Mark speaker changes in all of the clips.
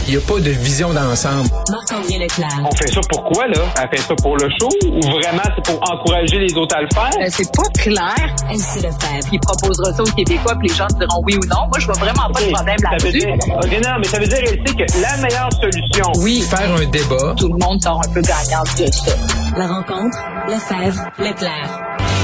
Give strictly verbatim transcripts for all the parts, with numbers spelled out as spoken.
Speaker 1: Il n'y a pas de vision d'ensemble.
Speaker 2: Marc-André Leclerc.
Speaker 3: On fait ça pourquoi, là? Elle fait ça pour le show ou vraiment c'est pour encourager les autres à le faire?
Speaker 4: Euh, c'est pas clair.
Speaker 2: Elle sait le faire.
Speaker 4: Il proposera ça aux Québécois puis les gens diront oui ou non. Moi, je vois vraiment pas
Speaker 3: okay.
Speaker 4: de problème
Speaker 3: ça
Speaker 4: là-dessus.
Speaker 3: Veut dire, okay, non, mais ça veut dire, elle sait que la meilleure solution...
Speaker 1: Oui, faire un débat.
Speaker 4: Tout le monde sort un peu gagnant de ça.
Speaker 2: La rencontre, Lefebvre, Leclerc.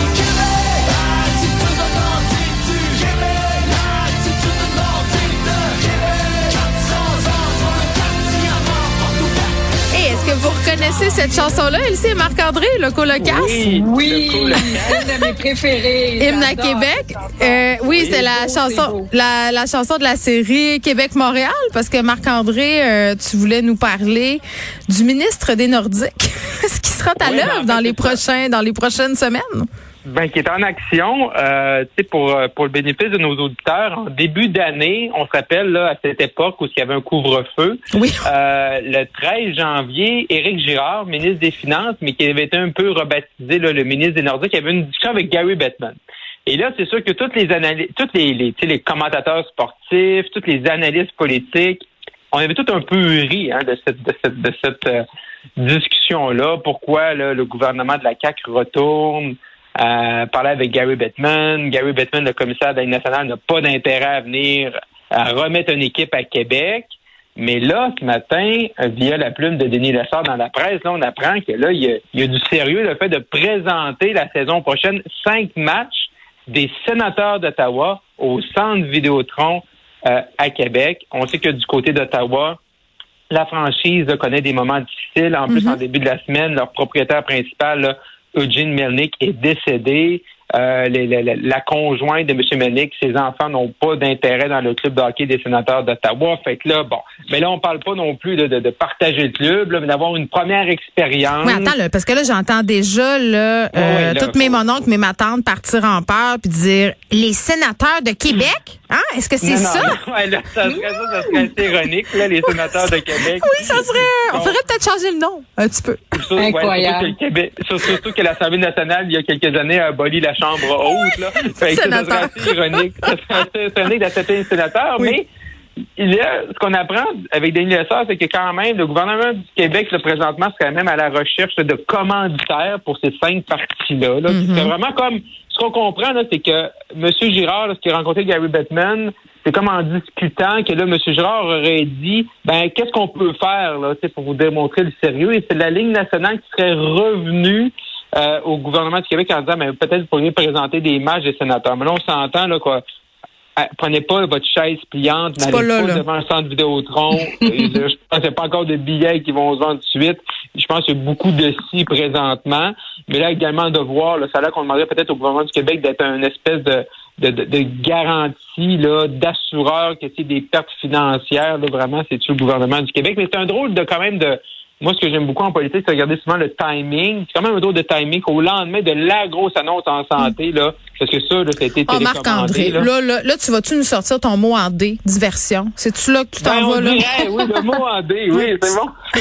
Speaker 5: Est-ce que vous reconnaissez cette chanson-là, Elsie et Marc-André, le colocasse?
Speaker 3: Oui,
Speaker 4: oui.
Speaker 3: le colocasse.
Speaker 4: Une de mes préférées.
Speaker 5: Hymne à Québec. Euh, oui, oui c'était la beau, chanson, la, la chanson de la série Québec-Montréal, parce que Marc-André, euh, tu voulais nous parler du ministre des Nordiques. Est-ce qu'il sera à oui, l'œuvre dans les prochains, dans les prochaines semaines?
Speaker 3: Ben, qui est en action, euh, tu sais, pour pour le bénéfice de nos auditeurs, en début d'année, on se rappelle là à cette époque où il y avait un couvre-feu.
Speaker 5: Oui.
Speaker 3: Euh, le treize janvier, Éric Girard, ministre des Finances, mais qui avait été un peu rebaptisé là, le ministre des Nordiques, avait une discussion avec Gary Bettman. Et là, c'est sûr que toutes les analystes, toutes les, les, tu sais, les commentateurs sportifs, toutes les analystes politiques, on avait tout un peu ri hein, de cette de cette de cette euh, discussion-là. Pourquoi là, le gouvernement de la C A Q retourne? Euh, parler avec Gary Bettman. Gary Bettman, le commissaire de la Ligue nationale, n'a pas d'intérêt à venir à remettre une équipe à Québec. Mais là, ce matin, via la plume de Denis Lessard dans la presse, là, on apprend que là, il y a, il y a du sérieux le fait de présenter la saison prochaine cinq matchs des sénateurs d'Ottawa au centre Vidéotron euh, à Québec. On sait que du côté d'Ottawa, la franchise là, connaît des moments difficiles. En plus, mm-hmm. en début de la semaine, leur propriétaire principal, là, Eugene Melnick, est décédé. Euh, les, les, la conjointe de M. Melnick, ses enfants n'ont pas d'intérêt dans le club de hockey des sénateurs d'Ottawa. Fait que là, bon. Mais là, on parle pas non plus de, de, de partager le club, là, mais d'avoir une première expérience.
Speaker 5: Oui, attends, là, parce que là, j'entends déjà, là,
Speaker 3: oh, euh, oui, là
Speaker 5: toutes mes mononcles, mes ma tante partir en peur puis dire les sénateurs de Québec? Hein? Est-ce que c'est
Speaker 3: non,
Speaker 5: ça?
Speaker 3: Non, ouais, là, ça serait ça, ça serait assez ironique, là, les sénateurs de Québec.
Speaker 5: Oui, ça serait. On faudrait peut-être changer le nom, un petit peu.
Speaker 3: Surtout,
Speaker 4: incroyable.
Speaker 3: Ouais, surtout, que Québec, surtout que l'Assemblée nationale, il y a quelques années, a aboli la Chambre haute, là. Fait que ça serait assez ironique. Ça serait assez ironique d'accepter un sénateur, oui. Mais il y a, ce qu'on apprend avec Denis Lessard, c'est que quand même, le gouvernement du Québec, là, présentement, serait quand même à la recherche là, de commanditaires pour ces cinq partis-là. Là. Mm-hmm. C'est vraiment comme, ce qu'on comprend, là, c'est que M. Girard, là, ce qu'il a rencontré Gary Bettman, c'est comme en discutant que là, M. Girard aurait dit, ben, qu'est-ce qu'on peut faire, là, pour vous démontrer le sérieux? Et c'est la Ligue nationale qui serait revenue euh, au gouvernement du Québec en disant, ben, peut-être vous pourriez présenter des matchs des sénateurs. Mais là, on s'entend, là, quoi. Prenez pas votre chaise pliante, n'allez pas, là, pas là. devant un centre Vidéotron. Je pense qu'il n'y a pas encore de billets qui vont se vendre tout de suite. Je pense qu'il y a beaucoup de si présentement. Mais là, également, de voir, là, ça a l'air qu'on demanderait peut-être au gouvernement du Québec d'être une espèce de, de, de, de garantie, là, d'assureur que c'est des pertes financières, là, vraiment, c'est le gouvernement du Québec. Mais c'est un drôle de, quand même, de, moi, ce que j'aime beaucoup en politique, c'est regarder souvent le timing. C'est quand même un drôle de timing au lendemain de la grosse annonce en santé, là. Parce que ça, là, ça a été
Speaker 5: télécommandé. Oh, Marc-André, là. Là, là, là, tu vas-tu nous sortir ton mot en D, diversion? C'est-tu là que tu t'en
Speaker 3: ben,
Speaker 5: vas, là?
Speaker 3: Dirait, oui, le mot en D, oui, c'est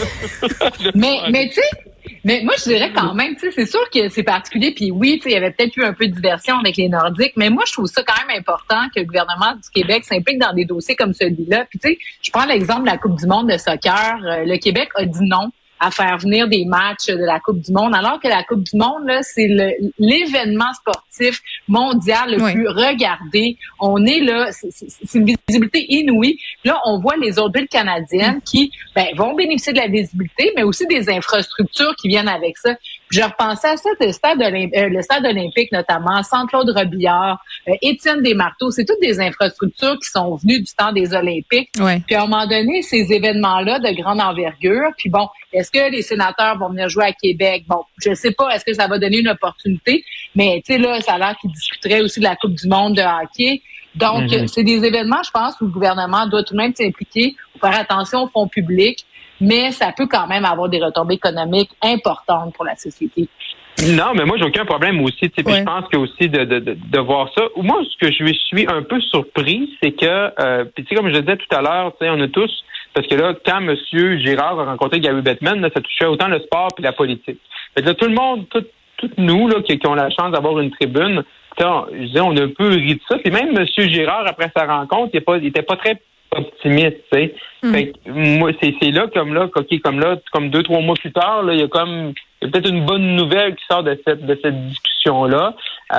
Speaker 3: bon.
Speaker 4: mais, mais tu sais, mais moi, je dirais quand même, tu sais, c'est sûr que c'est particulier. Puis oui, tu sais, il y avait peut-être eu un peu de diversion avec les Nordiques, mais moi, je trouve ça quand même important que le gouvernement du Québec s'implique dans des dossiers comme celui-là. Puis tu sais, je prends l'exemple de la Coupe du monde de soccer. Le Québec a dit non à faire venir des matchs de la Coupe du monde, alors que la Coupe du monde, là, c'est le, l'événement sportif mondial le oui. plus regardé. On est là, c'est, c'est une visibilité inouïe. Là, on voit les autres villes canadiennes qui ben, vont bénéficier de la visibilité, mais aussi des infrastructures qui viennent avec ça. Puis je repensais à ça, le stade, olymp- euh, le stade olympique notamment, Centre-Claude Robillard, euh, Étienne Desmarteaux, c'est toutes des infrastructures qui sont venues du temps des Olympiques.
Speaker 5: Oui.
Speaker 4: Puis à un moment donné, ces événements-là de grande envergure, puis bon, est-ce que les sénateurs vont venir jouer à Québec? Bon, je sais pas, est-ce que ça va donner une opportunité? Mais tu sais, là, ça a l'air qu'ils discuteraient aussi de la Coupe du monde de hockey. Donc, mm-hmm. c'est des événements, je pense, où le gouvernement doit tout de même s'impliquer pour faire attention aux fonds publics, mais ça peut quand même avoir des retombées économiques importantes pour la société.
Speaker 3: Non, mais moi, j'ai aucun problème aussi. Puis ouais. Je pense que aussi de, de, de, de voir ça. Moi, ce que je suis un peu surpris, c'est que, euh, puis tu sais, comme je le disais tout à l'heure, tu sais, on a tous, parce que là, quand M. Girard a rencontré Gary Bettman, là, ça touchait autant le sport puis la politique. Fait que là, tout le monde, tout, toutes nous, là, qui, qui ont la chance d'avoir une tribune, on, je disais, on a un peu ri de ça. Puis même M. Girard, après sa rencontre, il n'était pas, il était pas très optimiste, tu sais. Mm. Fait que moi, c'est, c'est là, comme là, OK, comme là, comme deux, trois mois plus tard, là, il y a comme il y a peut-être une bonne nouvelle qui sort de cette de cette discussion-là.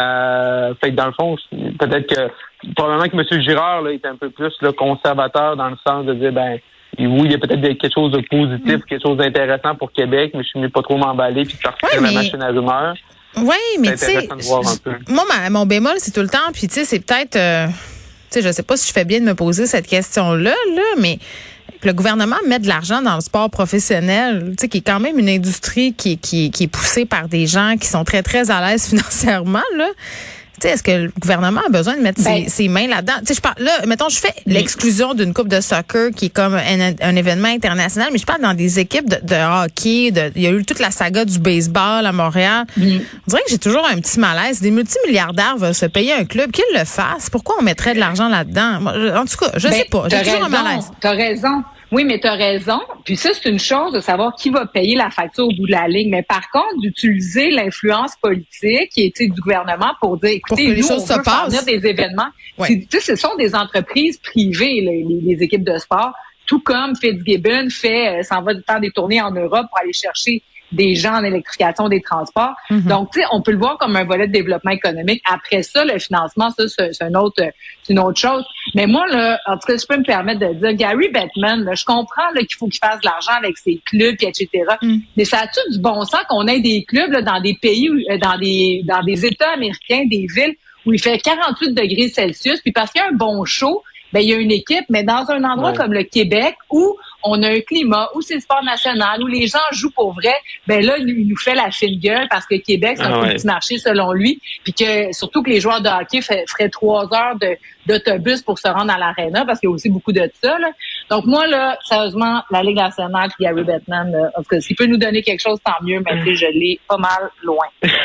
Speaker 3: Euh, fait que dans le fond, peut-être que probablement que M. Girard là, est un peu plus là, conservateur dans le sens de dire ben oui, il y a peut-être quelque chose de positif, mm. quelque chose d'intéressant pour Québec, mais je suis mieux pas trop m'emballer puis de partir
Speaker 5: ouais,
Speaker 3: de
Speaker 5: mais...
Speaker 3: la machine à rumeurs.
Speaker 5: Oui, mais tu sais, moi, ma, mon bémol, c'est tout le temps, puis tu sais, c'est peut-être, euh, tu sais, je sais pas si je fais bien de me poser cette question-là, là, mais le gouvernement met de l'argent dans le sport professionnel, tu sais, qui est quand même une industrie qui, qui, qui est poussée par des gens qui sont très, très à l'aise financièrement, là. Tu sais, est-ce que le gouvernement a besoin de mettre ben, ses, ses mains là-dedans? Tu sais, je parle, là, mettons, je fais l'exclusion d'une coupe de soccer qui est comme un, un événement international, mais je parle dans des équipes de, de hockey, de, il y a eu toute la saga du baseball à Montréal. Mm. On dirait que j'ai toujours un petit malaise. Des multimilliardaires veulent se payer un club, qu'ils le fassent. Pourquoi on mettrait de l'argent là-dedans? En tout cas, je ben, sais pas. J'ai toujours
Speaker 4: raison,
Speaker 5: un malaise.
Speaker 4: T'as raison. Oui, mais tu as raison. Puis ça, c'est une chose de savoir qui va payer la facture au bout de la ligne. Mais par contre, d'utiliser l'influence politique qui est du gouvernement pour dire, écoutez, pour que nous, les choses on veut faire venir des événements. Ouais. Tu sais, ce sont des entreprises privées, les, les, les équipes de sport. Tout comme Fitzgibbon fait, euh, s'en va faire des tournées en Europe pour aller chercher des gens en électrification des transports. Mm-hmm. Donc, tu sais, on peut le voir comme un volet de développement économique. Après ça, le financement, ça, c'est, c'est, une, autre, c'est une autre chose. Mais moi, là, en tout cas, je peux me permettre de dire, Gary Bettman, là, je comprends là, qu'il faut qu'il fasse de l'argent avec ses clubs, et cetera. Mm. Mais ça a-tu du bon sens qu'on ait des clubs là, dans des pays, dans des dans des États américains, des villes où il fait quarante-huit degrés Celsius, puis parce qu'il y a un bon show, ben il y a une équipe, mais dans un endroit ouais. comme le Québec où on a un climat, où c'est le sport national, où les gens jouent pour vrai, ben là, il nous fait la fine gueule parce que Québec, c'est un ah ouais. petit marché selon lui, puis que surtout que les joueurs de hockey fait, feraient trois heures de, d'autobus pour se rendre à l'aréna parce qu'il y a aussi beaucoup de ça. Là. Donc moi, là, sérieusement, la Ligue nationale, puis Gary Bettman, là, en tout cas, s'il peut nous donner quelque chose, tant mieux, mais je l'ai pas mal loin.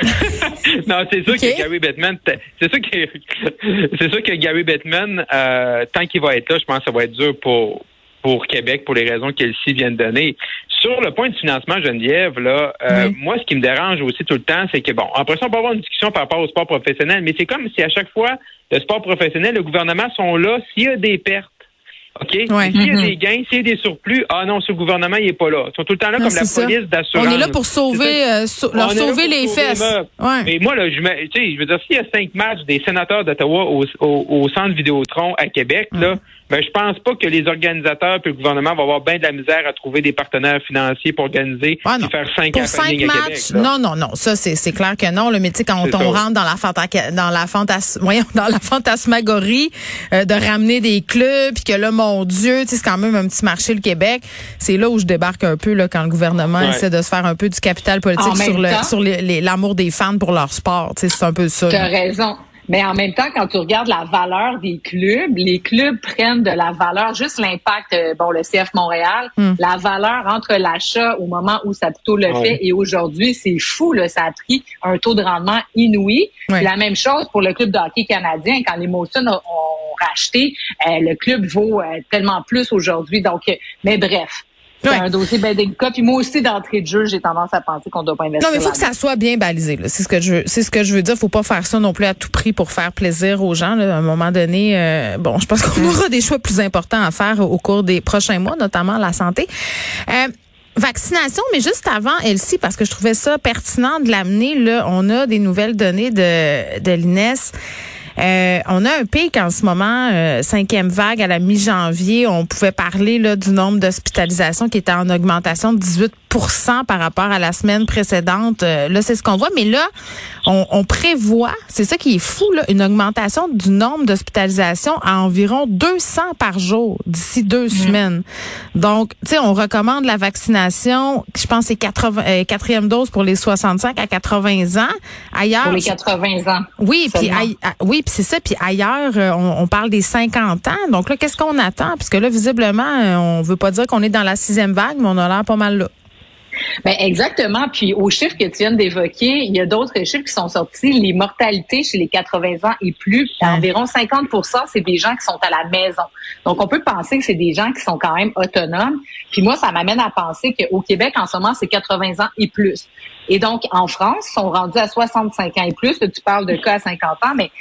Speaker 3: Non, c'est sûr okay. que Gary Bettman, c'est sûr que c'est sûr que Gary Bettman, euh, tant qu'il va être là, je pense que ça va être dur pour pour Québec, pour les raisons qu'Elsie vient de donner. Sur le point de financement, Geneviève, là, euh, oui. moi, ce qui me dérange aussi tout le temps, c'est que, bon, après ça, on peut avoir une discussion par rapport au sport professionnel, mais c'est comme si à chaque fois, le sport professionnel, le gouvernement sont là s'il y a des pertes. OK? Ouais. S'il y a mm-hmm. des gains, s'il y a des surplus, ah non, ce gouvernement, il est pas là. Ils sont tout le temps là non, comme la ça. police d'assurance.
Speaker 5: On est là pour sauver, euh, so- leur sauver les pour fesses. Sauver ouais.
Speaker 3: Mais moi, là, je me, tu sais, je veux dire, s'il y a cinq matchs des sénateurs d'Ottawa au, au, au centre Vidéotron à Québec, mm. là, ben, je pense pas que les organisateurs et le gouvernement vont avoir bien de la misère à trouver des partenaires financiers pour organiser
Speaker 5: ah,
Speaker 3: et faire cinq
Speaker 5: pour cinq matchs, à Québec. Là. Non, non, non. Ça, c'est, c'est clair que non. Là, mais tu sais, quand on, on rentre dans la, fanta- dans la, fantas- voyons, dans la fantasmagorie euh, de ramener des clubs puis que là, mon Dieu, tu sais, c'est quand même un petit marché, le Québec. C'est là où je débarque un peu, là, quand le gouvernement ouais. essaie de se faire un peu du capital politique sur, le, sur les, les, l'amour des fans pour leur sport. Tu sais, c'est un peu ça.
Speaker 4: Tu as raison. Mais en même temps, quand tu regardes la valeur des clubs, les clubs prennent de la valeur, juste l'impact, euh, bon, le C F Montréal, mm. la valeur entre l'achat au moment où Saputo le ouais. fait et aujourd'hui, c'est fou, là, ça a pris un taux de rendement inouï. Ouais. La même chose pour le club de hockey canadien, quand les Molson ont, ont racheté, euh, le club vaut euh, tellement plus aujourd'hui. Donc, euh, mais bref. C'est ouais. un dossier bien délicat. Puis moi aussi, d'entrée de jeu, j'ai tendance à penser qu'on ne doit pas investir.
Speaker 5: Non, mais il faut que ça soit bien balisé. Là. C'est ce que je veux. C'est ce que je veux dire. Faut pas faire ça non plus à tout prix pour faire plaisir aux gens. Là. À un moment donné, euh, bon, je pense qu'on aura des choix plus importants à faire au cours des prochains mois, notamment la santé. Euh, Vaccination, mais juste avant, Elsie, parce que je trouvais ça pertinent de l'amener. Là, on a des nouvelles données de de l'I N E S. Euh, on a un pic en ce moment, euh, cinquième vague à la mi-janvier. On pouvait parler là du nombre d'hospitalisations qui était en augmentation de dix-huit pour cent par rapport à la semaine précédente. Euh, là, c'est ce qu'on voit. Mais là, on, on prévoit, c'est ça qui est fou, là, une augmentation du nombre d'hospitalisations à environ deux cents par jour d'ici deux mmh. semaines. Donc, tu sais, on recommande la vaccination, je pense que c'est quatre-vingts, euh, quatrième dose pour les soixante-cinq à quatre-vingts ans. Ailleurs,
Speaker 4: pour les quatre-vingts ans.
Speaker 5: Oui, puis aille, oui, puis c'est ça. Puis ailleurs, on, on parle des cinquante ans. Donc là, qu'est-ce qu'on attend? Puisque là, visiblement, on veut pas dire qu'on est dans la sixième vague, mais on a l'air pas mal là.
Speaker 4: Ben exactement. Puis aux chiffres que tu viens d'évoquer, il y a d'autres chiffres qui sont sortis. Les mortalités chez les quatre-vingts ans et plus, ouais. environ cinquante pour cent, c'est des gens qui sont à la maison. Donc on peut penser que c'est des gens qui sont quand même autonomes. Puis moi, ça m'amène à penser qu'au Québec, en ce moment, c'est quatre-vingts ans et plus. Et donc en France, ils sont rendus à soixante-cinq ans et plus. Là, tu parles de cas à cinquante ans, mais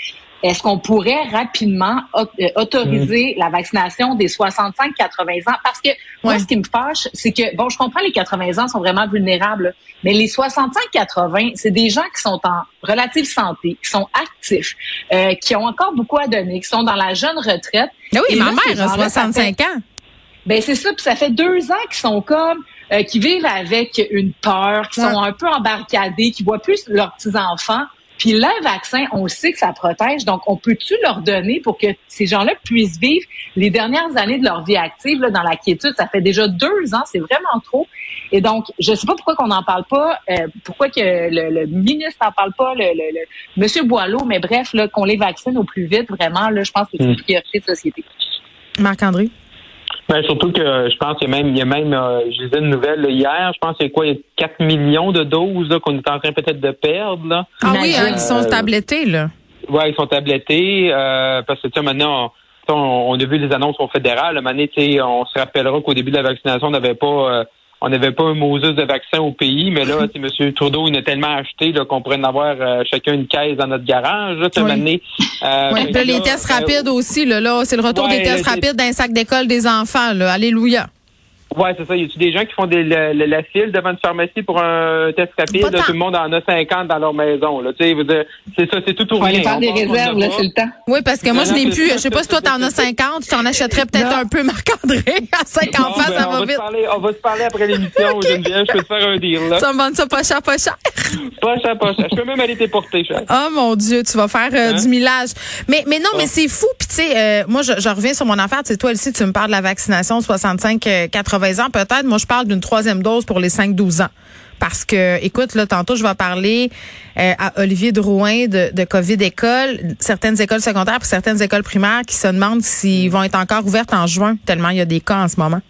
Speaker 4: est-ce qu'on pourrait rapidement autoriser mmh. la vaccination des soixante-cinq à quatre-vingts ans? Parce que moi, ouais. ce qui me fâche, c'est que, bon, je comprends les quatre-vingts ans sont vraiment vulnérables, mais les soixante-cinq à quatre-vingts, c'est des gens qui sont en relative santé, qui sont actifs, euh, qui ont encore beaucoup à donner, qui sont dans la jeune retraite.
Speaker 5: Mais oui,
Speaker 4: et
Speaker 5: ma
Speaker 4: là,
Speaker 5: mère a soixante-cinq ans.
Speaker 4: Ben c'est ça, puis ça fait deux ans qu'ils sont comme, euh, qui vivent avec une peur, qui ouais. sont un peu embarcadés, qui voient plus leurs petits-enfants. Puis le vaccin, on sait que ça protège, donc on peut-tu leur donner pour que ces gens-là puissent vivre les dernières années de leur vie active là, dans la quiétude? Ça fait déjà deux ans, c'est vraiment trop. Et donc, je sais pas pourquoi qu'on n'en parle pas, euh, pourquoi que le, le ministre n'en parle pas, le, le, le Monsieur Boileau, mais bref, là, qu'on les vaccine au plus vite, vraiment, là, je pense que c'est une priorité de société.
Speaker 5: Marc-André?
Speaker 3: Ben, surtout que je pense qu'il y a même, il y a même euh, je lisais une nouvelle là, hier, je pense qu'il y a quoi, il y a quatre millions de doses là, qu'on est en train peut-être de perdre. Là.
Speaker 5: Ah oui, hein, ils sont tablettés, là.
Speaker 3: Oui, ils sont tablettés, euh, parce que tu sais, maintenant, on, on, on a vu les annonces au fédéral. À un moment donné, tu sais, on se rappellera qu'au début de la vaccination, on n'avait pas euh, on n'avait pas un Moses de vaccin au pays, mais là, tu sais, M. Trudeau, il a tellement acheté là, qu'on pourrait en avoir euh, chacun une caisse dans notre garage. Là, oui. Année, euh,
Speaker 5: oui, puis là, les tests euh, rapides aussi, là, là c'est le retour ouais, des tests rapides dans les sacs d'école des enfants. Là. Alléluia.
Speaker 3: Oui, c'est ça. Il y a des gens qui font des, la, la file devant une pharmacie pour un test rapide? Là, tout le monde en a cinquante dans leur maison. Là. Tu sais, c'est ça, c'est tout ou rien.
Speaker 4: On va faire des réserves, là, c'est le temps.
Speaker 5: Oui, parce que moi, je n'ai plus. Je sais pas si toi, t'en as cinquante. Tu t'en achèterais peut-être non. un peu, Marc-André. À cinq enfants, ben, ça va vite.
Speaker 3: Parler, on va se parler après l'émission, Geneviève. Je peux te faire un deal. Là.
Speaker 5: Ça me vend ça pas cher, pas cher.
Speaker 3: Pas cher, pas cher. Je peux même aller t'éporter, cher.
Speaker 5: Oh mon Dieu, tu vas faire euh, hein? du millage. Mais, mais non, oh. mais c'est fou. Puis tu sais, euh, moi, je, je reviens sur mon affaire. Tu sais, toi, ici, tu me parles de la vaccination soixante-cinq à quatre-vingts ans, peut-être. Moi, je parle d'une troisième dose pour les cinq douze ans. Parce que, écoute, là, tantôt, je vais parler euh, à Olivier Drouin de, de COVID École, certaines écoles secondaires et certaines écoles primaires qui se demandent s'ils vont être encore ouvertes en juin, tellement il y a des cas en ce moment.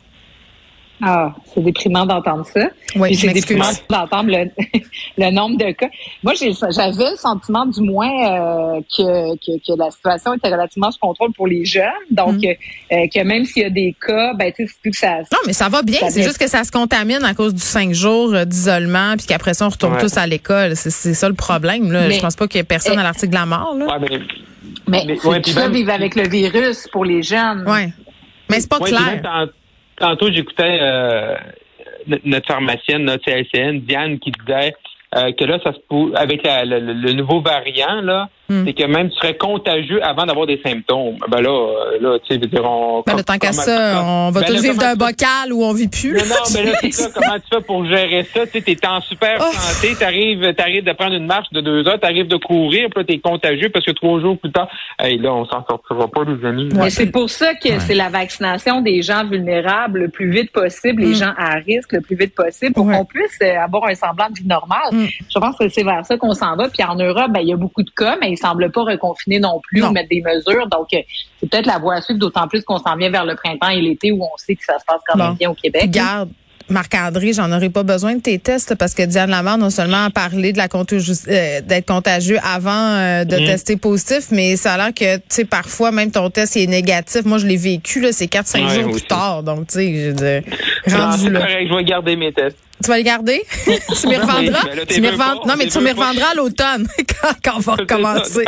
Speaker 4: Ah, c'est déprimant d'entendre ça.
Speaker 5: Oui,
Speaker 4: c'est déprimant d'entendre le, le nombre de cas. Moi, j'ai, j'avais le sentiment, du moins, euh, que, que, que la situation était relativement sous contrôle pour les jeunes. Donc, mmh. euh, que même s'il y a des cas, ben, tu sais, c'est plus que ça.
Speaker 5: Non, mais ça va bien. Ça c'est juste que ça se contamine à cause du cinq jours d'isolement, puis qu'après ça, on retourne ouais. tous à l'école. C'est, c'est ça le problème. Là. Mais, je pense pas qu'il y ait personne euh, à l'article de la mort. Là.
Speaker 3: Ouais, mais,
Speaker 4: mais, mais c'est ouais, tout ça, même... vivre avec le virus pour les jeunes.
Speaker 5: Oui. Mais c'est pas ouais, clair.
Speaker 3: Tantôt, j'écoutais euh, notre pharmacienne, notre C L C N, Diane, qui disait euh, que là, ça se peut, avec la, le, le nouveau variant, là, mm. c'est que même tu serais contagieux avant d'avoir des symptômes. Ben là, là, tu sais, je veux dire, on...
Speaker 5: Ben, le temps qu'à ça, on va ben, tous là, vivre d'un bocal où on vit plus.
Speaker 3: Non, non, mais là, c'est ça, comment tu fais pour gérer ça? Tu sais, t'es en super oh. santé, t'arrives, t'arrives de prendre une marche de deux heures, t'arrives de courir, puis là, t'es contagieux parce que trois jours plus tard, hey, là, on s'en sortira pas, les amis.
Speaker 4: Mais ouais. c'est pour ça que ouais. c'est la vaccination des gens vulnérables le plus vite possible, les mm. gens à risque le plus vite possible, pour ouais. qu'on puisse avoir un semblant de vie normale. Mm. Je pense que c'est vers ça qu'on s'en va. Puis en Europe, ben, il y a beaucoup de cas, mais ils semblent pas reconfiner non plus non. ou mettre des mesures. Donc, c'est peut-être la voie à suivre, d'autant plus qu'on s'en vient vers le printemps et l'été où on sait que ça se passe quand bon. même bien au Québec.
Speaker 5: Garde. Marc-André, j'en aurais pas besoin de tes tests parce que Diane Lamar non seulement a parlé de la contagi- euh, d'être contagieux avant euh, de mmh. tester positif, mais ça a l'air que, tu sais, parfois, même ton test est négatif. Moi, je l'ai vécu, là, c'est quatre cinq ouais, jours aussi. plus tard. Donc, tu sais, je rendu là.
Speaker 3: Correct, je vais garder mes tests.
Speaker 5: Tu vas les garder? Tu m'y revendras? Oui, là, tu m'y revendras? Non, mais tu m'y revendras à l'automne quand, quand on va recommencer.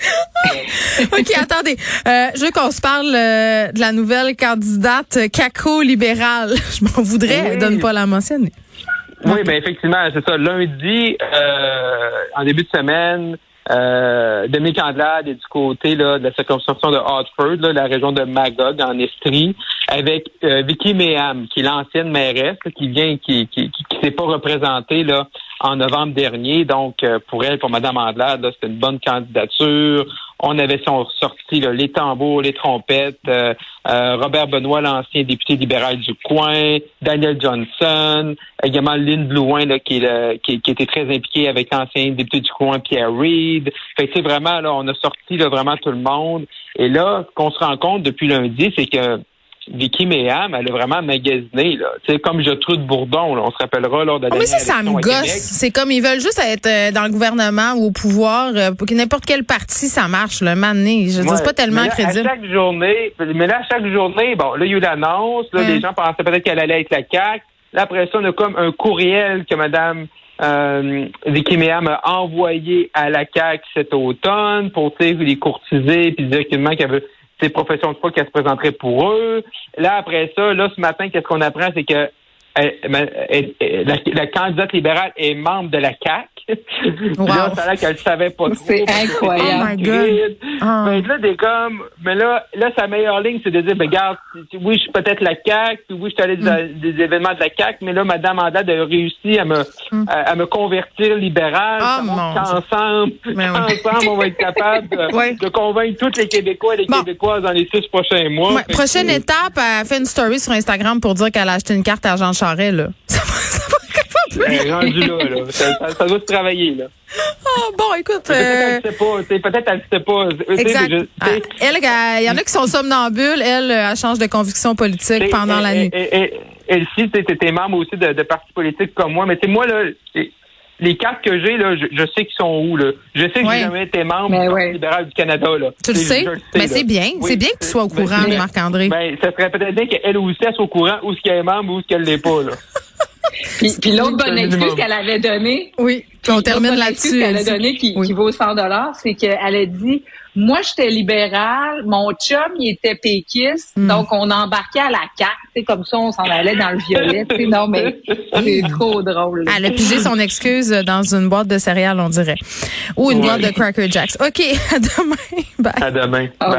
Speaker 5: OK, attendez. Euh, je veux qu'on se parle euh, de la nouvelle candidate caco-libérale. Je m'en voudrais, oui. donne pas la mentionner.
Speaker 3: Oui, bien effectivement, c'est ça. Lundi, euh, en début de semaine, euh, Dominique Andelade est du côté là, de la circonscription de Hartford, là, la région de Magog, en Estrie, avec euh, Vicky Méham, qui est l'ancienne mairesse, là, qui vient, qui qui, qui, qui s'est pas représentée là en novembre dernier. Donc, euh, pour elle, pour Mme Andelade, là, c'était une bonne candidature. On avait sorti là, les tambours, les trompettes, euh, euh, Robert Benoît, l'ancien député libéral du coin, Daniel Johnson, également Lynn Blouin, là, qui, est le, qui, qui était très impliqué avec l'ancien député du coin, Pierre Reid. Fait que c'est vraiment, là, on a sorti là, vraiment tout le monde. Et là, ce qu'on se rend compte depuis lundi, c'est que Vicky Méham, elle a vraiment magasiné, là. Tu sais, comme Gertrude Bourdon, là, on se rappellera lors de la
Speaker 5: oh, mais ça, ça me gosse. C'est comme ils veulent juste être euh, dans le gouvernement ou au pouvoir, euh, pour que n'importe quel parti, ça marche, le mané. Je veux dire, c'est pas tellement
Speaker 3: mais là,
Speaker 5: crédible.
Speaker 3: À chaque journée, mais là, à chaque journée, bon, là, il y a eu l'annonce, là, hum. les gens pensaient peut-être qu'elle allait être la C A Q. Là, après ça, on a comme un courriel que Mme euh, Vicky Méam a envoyé à la C A Q cet automne pour, tu sais, les courtiser puis dire qu'il y avait ces professions de foi qu'elle se présenterait pour eux. Là, après ça, là, ce matin, qu'est-ce qu'on apprend, c'est que elle, elle, elle, la, la candidate libérale est membre de la C A Q.
Speaker 5: Wow.
Speaker 3: Là, ça a l'air qu'elle savait pas trop.
Speaker 4: C'est incroyable.
Speaker 5: Oh my God. Oh.
Speaker 3: Mais là, des comme, mais là, là, sa meilleure ligne, c'est de dire, ben, regarde, oui, je suis peut-être la C A Q, puis oui, je suis allé mm. des, des événements de la C A Q, mais là, Mme Andelade a réussi à me, mm. à, à me convertir libérale.
Speaker 5: Oh, mon
Speaker 3: qu'ensemble,
Speaker 5: oui.
Speaker 3: ensemble, on va être capable de,
Speaker 5: oui.
Speaker 3: de convaincre tous les Québécois et les
Speaker 5: bon.
Speaker 3: Québécoises dans les six prochains mois.
Speaker 5: Ouais, prochaine
Speaker 3: que,
Speaker 5: étape, elle fait une story sur Instagram pour dire qu'elle a acheté une carte à Jean Charest, là.
Speaker 3: Ben, rendu là, là. Ça, ça, ça doit se travailler, là.
Speaker 5: Oh, bon, écoute.
Speaker 3: Peut-être
Speaker 5: euh...
Speaker 3: elle ne sait pas. Peut-être elle ne sait pas.
Speaker 5: Exact.
Speaker 3: Je,
Speaker 5: ah, elle, il y en a qui sont somnambules. Elle, elle change de conviction politique pendant
Speaker 3: et,
Speaker 5: la
Speaker 3: et,
Speaker 5: nuit.
Speaker 3: Et, et, elle, si, tu es membre aussi de, de partis politiques comme moi. Mais tu sais, moi, là, les cartes que j'ai, là, je, je sais qu'ils sont où, là. Je sais que
Speaker 5: ouais.
Speaker 3: j'ai jamais été membre
Speaker 4: mais
Speaker 3: du Parti
Speaker 4: ouais.
Speaker 3: libéral du Canada, là.
Speaker 5: Tu le sais? Le sais mais c'est bien. Oui, c'est bien que tu sois au courant, ben, Marc-André.
Speaker 3: Ben, ça serait peut-être bien qu'elle aussi elle soit au courant où est-ce qu'elle est membre ou où est-ce qu'elle l'est pas, là.
Speaker 4: Puis, puis l'autre bonne excuse qu'elle avait donnée,
Speaker 5: oui, puis on termine là-dessus.
Speaker 4: Qu'elle a donnée qui, oui. qui vaut cent dollars, c'est qu'elle a dit, moi j'étais libérale, mon chum il était péquiste, mm. donc on embarquait à la carte, c'est comme ça on s'en allait dans le violet. T'sais, non mais c'est trop drôle. Là.
Speaker 5: Elle a pigé son excuse dans une boîte de céréales, on dirait, ou une ouais. boîte de Cracker Jacks. Ok, à demain. Bye.
Speaker 3: À demain.
Speaker 4: Bye.